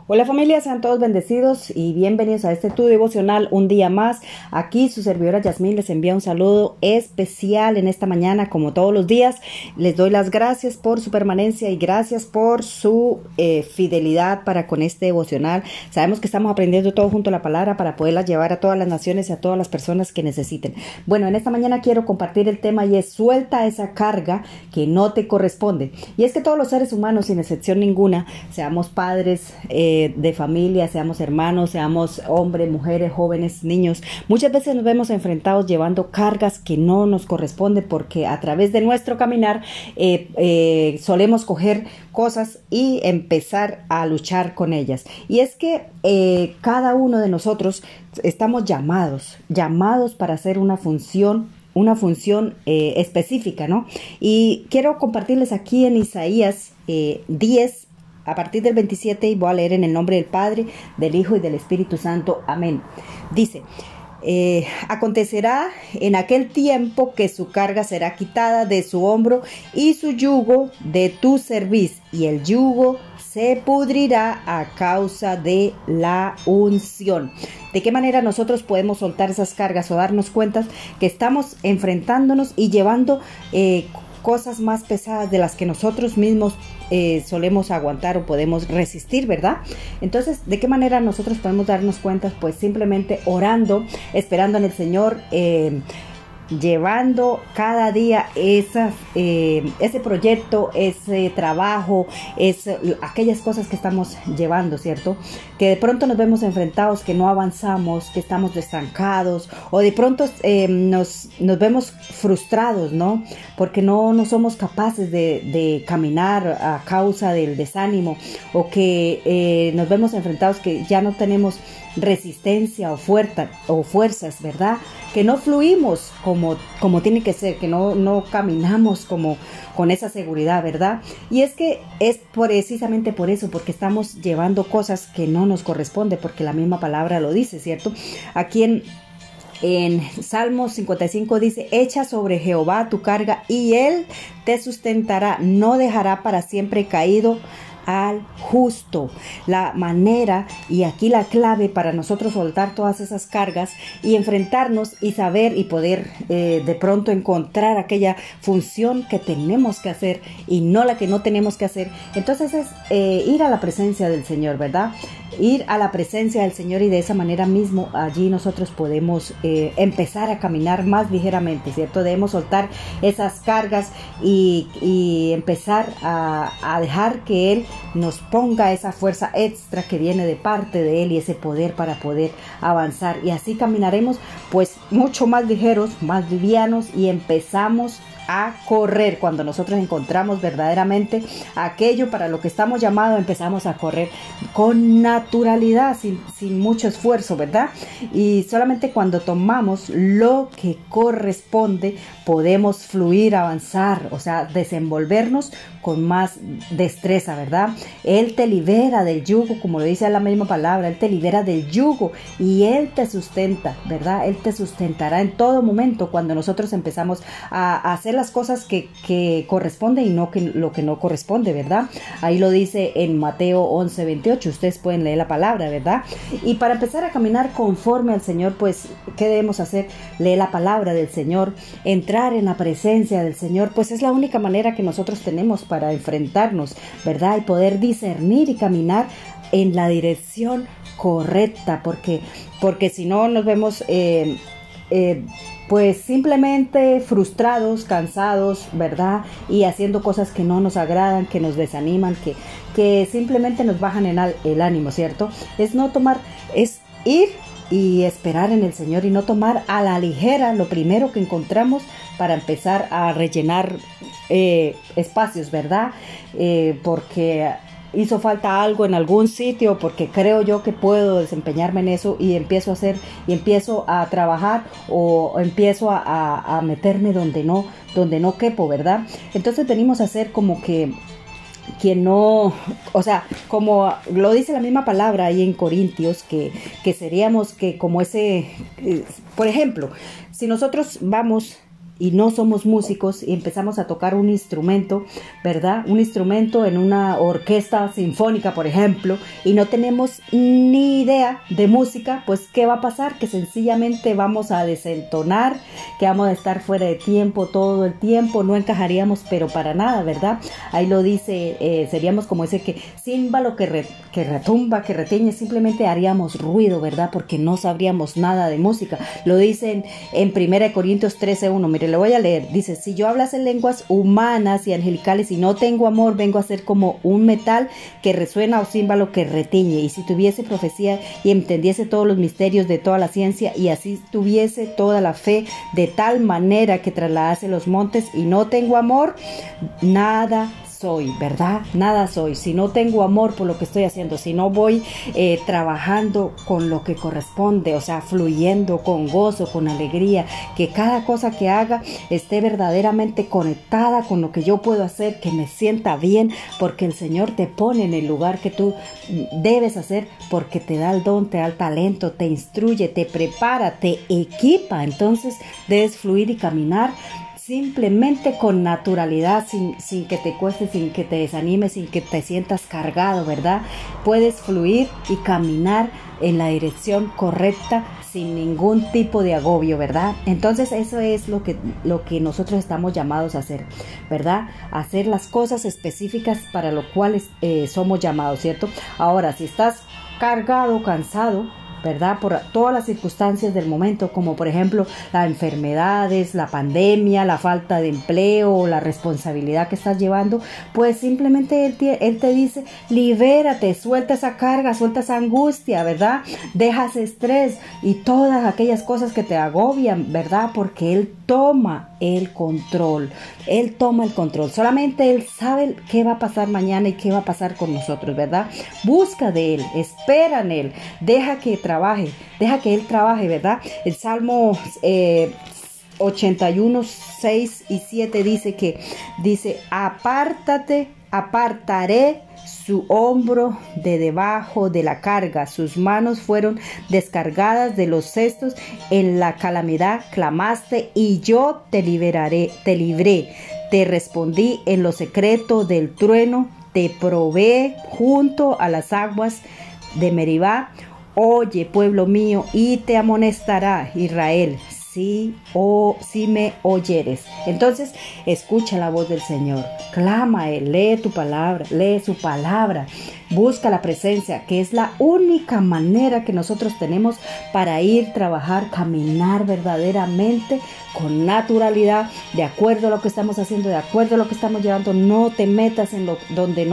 Hola familia, sean todos bendecidos y bienvenidos a este tu devocional un día más. Aquí su servidora Yasmín les envía un saludo especial en esta mañana, como todos los días. Les doy las gracias por su permanencia y gracias por su fidelidad para con este devocional. Sabemos que estamos aprendiendo todo junto a la palabra para poderla llevar a todas las naciones y a todas las personas que necesiten. Bueno, en esta mañana quiero compartir el tema y es: suelta esa carga que no te corresponde. Y es que todos los seres humanos, sin excepción ninguna, seamos padres, de familia, seamos hermanos, seamos hombres, mujeres, jóvenes, niños, muchas veces nos vemos enfrentados llevando cargas que no nos corresponden porque a través de nuestro caminar solemos coger cosas y empezar a luchar con ellas. Y es que cada uno de nosotros estamos llamados para hacer una función específica, ¿no? Y quiero compartirles aquí en Isaías 10, a partir del 27, y voy a leer en el nombre del Padre, del Hijo y del Espíritu Santo. Amén. Dice: acontecerá en aquel tiempo que su carga será quitada de su hombro y su yugo de tu cerviz, y el yugo se pudrirá a causa de la unción. ¿De qué manera nosotros podemos soltar esas cargas o darnos cuenta que estamos enfrentándonos y llevando cosas más pesadas de las que nosotros mismos solemos aguantar o podemos resistir, ¿verdad? Entonces, ¿de qué manera nosotros podemos darnos cuenta? Pues simplemente orando, esperando en el Señor, llevando cada día ese proyecto, ese trabajo, aquellas cosas que estamos llevando, ¿cierto? Que de pronto nos vemos enfrentados, que no avanzamos, que estamos estancados, o de pronto nos vemos frustrados, ¿no? Porque no somos capaces de caminar a causa del desánimo, o que nos vemos enfrentados que ya no tenemos resistencia o fuerzas, ¿verdad? Que no fluimos como tiene que ser, que no caminamos con esa seguridad, ¿verdad? Y es que es precisamente por eso, porque estamos llevando cosas que no nos corresponde, porque la misma palabra lo dice, ¿cierto? Aquí en Salmos 55 dice: echa sobre Jehová tu carga y él te sustentará, no dejará para siempre caído al justo. La manera y aquí la clave para nosotros soltar todas esas cargas y enfrentarnos y saber y poder de pronto encontrar aquella función que tenemos que hacer y no la que no tenemos que hacer, entonces es ir a la presencia del Señor, ¿verdad? Ir a la presencia del Señor, y de esa manera mismo allí nosotros podemos empezar a caminar más ligeramente, ¿cierto? Debemos soltar esas cargas y empezar a dejar que Él nos ponga esa fuerza extra que viene de parte de Él y ese poder para poder avanzar, y así caminaremos pues mucho más ligeros, más livianos, y empezamos a correr. Cuando nosotros encontramos verdaderamente aquello para lo que estamos llamados, empezamos a correr con naturalidad, sin mucho esfuerzo, ¿verdad? Y solamente cuando tomamos lo que corresponde podemos fluir, avanzar, o sea, desenvolvernos con más destreza, ¿verdad? Él te libera del yugo, como lo dice la misma palabra. Él te libera del yugo y Él te sustenta, ¿verdad? Él te sustentará en todo momento cuando nosotros empezamos a hacer las cosas que corresponden y no lo que no corresponde, ¿verdad? Ahí lo dice en Mateo 11:28. Ustedes pueden leer la palabra, ¿verdad? Y para empezar a caminar conforme al Señor, pues, ¿qué debemos hacer? Leer la palabra del Señor, entrar en la presencia del Señor, pues es la única manera que nosotros tenemos para enfrentarnos, ¿verdad? Y poder discernir y caminar en la dirección correcta, porque si no nos vemos pues simplemente frustrados, cansados, ¿verdad? Y haciendo cosas que no nos agradan, que nos desaniman, que simplemente nos bajan el ánimo, ¿cierto? Es ir y esperar en el Señor y no tomar a la ligera lo primero que encontramos para empezar a rellenar espacios, ¿verdad? Porque hizo falta algo en algún sitio, porque creo yo que puedo desempeñarme en eso, y empiezo a hacer y empiezo a trabajar, o empiezo a meterme donde no quepo, ¿verdad? Entonces venimos a hacer como que no, o sea, como lo dice la misma palabra ahí en Corintios, que seríamos que como ese, por ejemplo, si nosotros vamos y no somos músicos y empezamos a tocar un instrumento, ¿verdad? Un instrumento en una orquesta sinfónica, por ejemplo, y no tenemos ni idea de música, pues ¿qué va a pasar? Que sencillamente vamos a desentonar, que vamos a estar fuera de tiempo todo el tiempo, no encajaríamos pero para nada, ¿verdad? Ahí lo dice, seríamos como ese que címbalo que retumba, que retiñe, simplemente haríamos ruido, ¿verdad? Porque no sabríamos nada de música. Lo dicen en 1 Corintios 13:1, mire, le voy a leer, dice, si yo hablase en lenguas humanas y angelicales y no tengo amor, vengo a ser como un metal que resuena o címbalo que retiñe, y si tuviese profecía y entendiese todos los misterios de toda la ciencia y así tuviese toda la fe de tal manera que trasladase los montes y no tengo amor, nada soy, ¿verdad? Nada soy. Si no tengo amor por lo que estoy haciendo, si no voy trabajando con lo que corresponde, o sea, fluyendo con gozo, con alegría, que cada cosa que haga esté verdaderamente conectada con lo que yo puedo hacer, que me sienta bien, porque el Señor te pone en el lugar que tú debes hacer, porque te da el don, te da el talento, te instruye, te prepara, te equipa. Entonces debes fluir y caminar simplemente con naturalidad, sin que te cueste, sin que te desanimes, sin que te sientas cargado, ¿verdad? Puedes fluir y caminar en la dirección correcta sin ningún tipo de agobio, ¿verdad? Entonces eso es lo que nosotros estamos llamados a hacer, ¿verdad? Hacer las cosas específicas para lo cual somos llamados, ¿cierto? Ahora, si estás cargado, cansado, ¿verdad? Por todas las circunstancias del momento, como por ejemplo las enfermedades, la pandemia, la falta de empleo, la responsabilidad que estás llevando, pues simplemente él te dice, libérate, suelta esa carga, suelta esa angustia, ¿verdad? Deja ese estrés y todas aquellas cosas que te agobian, ¿verdad? Porque Él toma el control, Él toma el control, solamente Él sabe qué va a pasar mañana y qué va a pasar con nosotros, ¿verdad? Busca de Él, espera en Él, deja que Él trabaje, ¿verdad? El Salmo 81, 6 y 7 dice, apartaré su hombro de debajo de la carga, sus manos fueron descargadas de los cestos, en la calamidad clamaste y yo te libré, te respondí en lo secreto del trueno, te probé junto a las aguas de Meribá. Oye, pueblo mío, y te amonestará Israel, si me oyeres. Entonces, escucha la voz del Señor, clama a Él, lee tu palabra, lee su palabra, busca la presencia, que es la única manera que nosotros tenemos para ir, trabajar, caminar verdaderamente con naturalidad, de acuerdo a lo que estamos haciendo, de acuerdo a lo que estamos llevando. No te metas en donde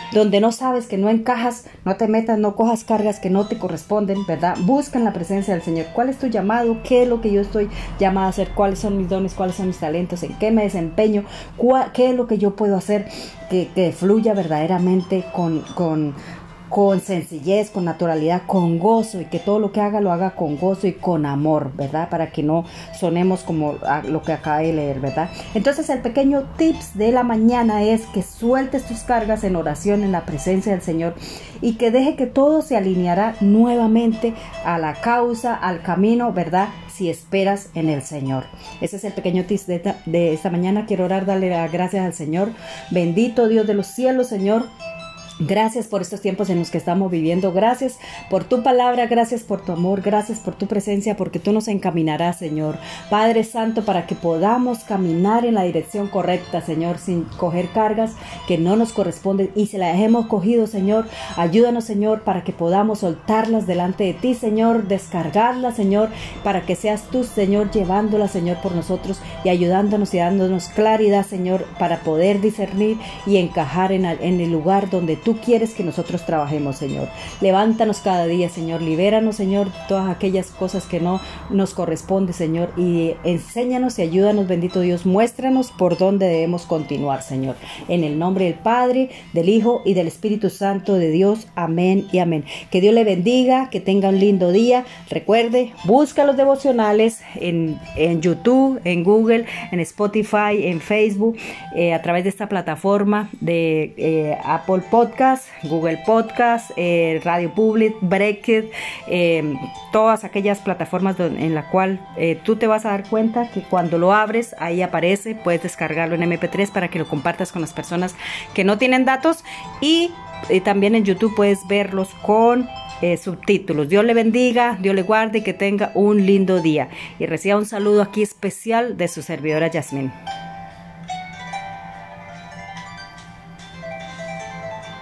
no sabes, que no encajas, no te metas, no cojas cargas que no te corresponden, ¿verdad? Busca en la presencia del Señor. ¿Cuál es tu llamado? ¿Qué es lo que yo estoy llamada a hacer? ¿Cuáles son mis dones? ¿Cuáles son mis talentos? ¿En qué me desempeño? ¿Qué es lo que yo puedo hacer que fluya verdaderamente con sencillez, con naturalidad, con gozo, y que todo lo que haga lo haga con gozo y con amor, ¿verdad? Para que no sonemos como lo que acabé de leer, ¿verdad? Entonces el pequeño tips de la mañana es que sueltes tus cargas en oración, en la presencia del Señor, y que deje que todo se alineará nuevamente a la causa, al camino, ¿verdad? Si esperas en el Señor. Ese es el pequeño tips de esta mañana. Quiero orar, darle las gracias al Señor. Bendito Dios de los cielos, Señor. Gracias por estos tiempos en los que estamos viviendo. Gracias por tu palabra, gracias por tu amor, gracias por tu presencia, porque tú nos encaminarás, Señor. Padre Santo, para que podamos caminar en la dirección correcta, Señor, sin coger cargas que no nos corresponden, y si las hemos cogido, Señor, ayúdanos, Señor, para que podamos soltarlas delante de ti, Señor, descargarlas, Señor, para que seas tú, Señor, llevándolas, Señor, por nosotros y ayudándonos y dándonos claridad, Señor, para poder discernir y encajar en el lugar donde tú quieres que nosotros trabajemos, Señor. Levántanos cada día, Señor. Libéranos, Señor, de todas aquellas cosas que no nos corresponden, Señor. Y enséñanos y ayúdanos, bendito Dios. Muéstranos por dónde debemos continuar, Señor. En el nombre del Padre, del Hijo y del Espíritu Santo de Dios. Amén y amén. Que Dios le bendiga, que tenga un lindo día. Recuerde, busca los devocionales en YouTube, en Google, en Spotify, en Facebook, a través de esta plataforma de Apple Podcast. Podcast, Google Podcast, Radio Public, Breakit, todas aquellas plataformas en la cual tú te vas a dar cuenta que cuando lo abres, ahí aparece, puedes descargarlo en MP3 para que lo compartas con las personas que no tienen datos, y también en YouTube puedes verlos con subtítulos. Dios le bendiga, Dios le guarde y que tenga un lindo día. Y reciba un saludo aquí especial de su servidora Yasmín.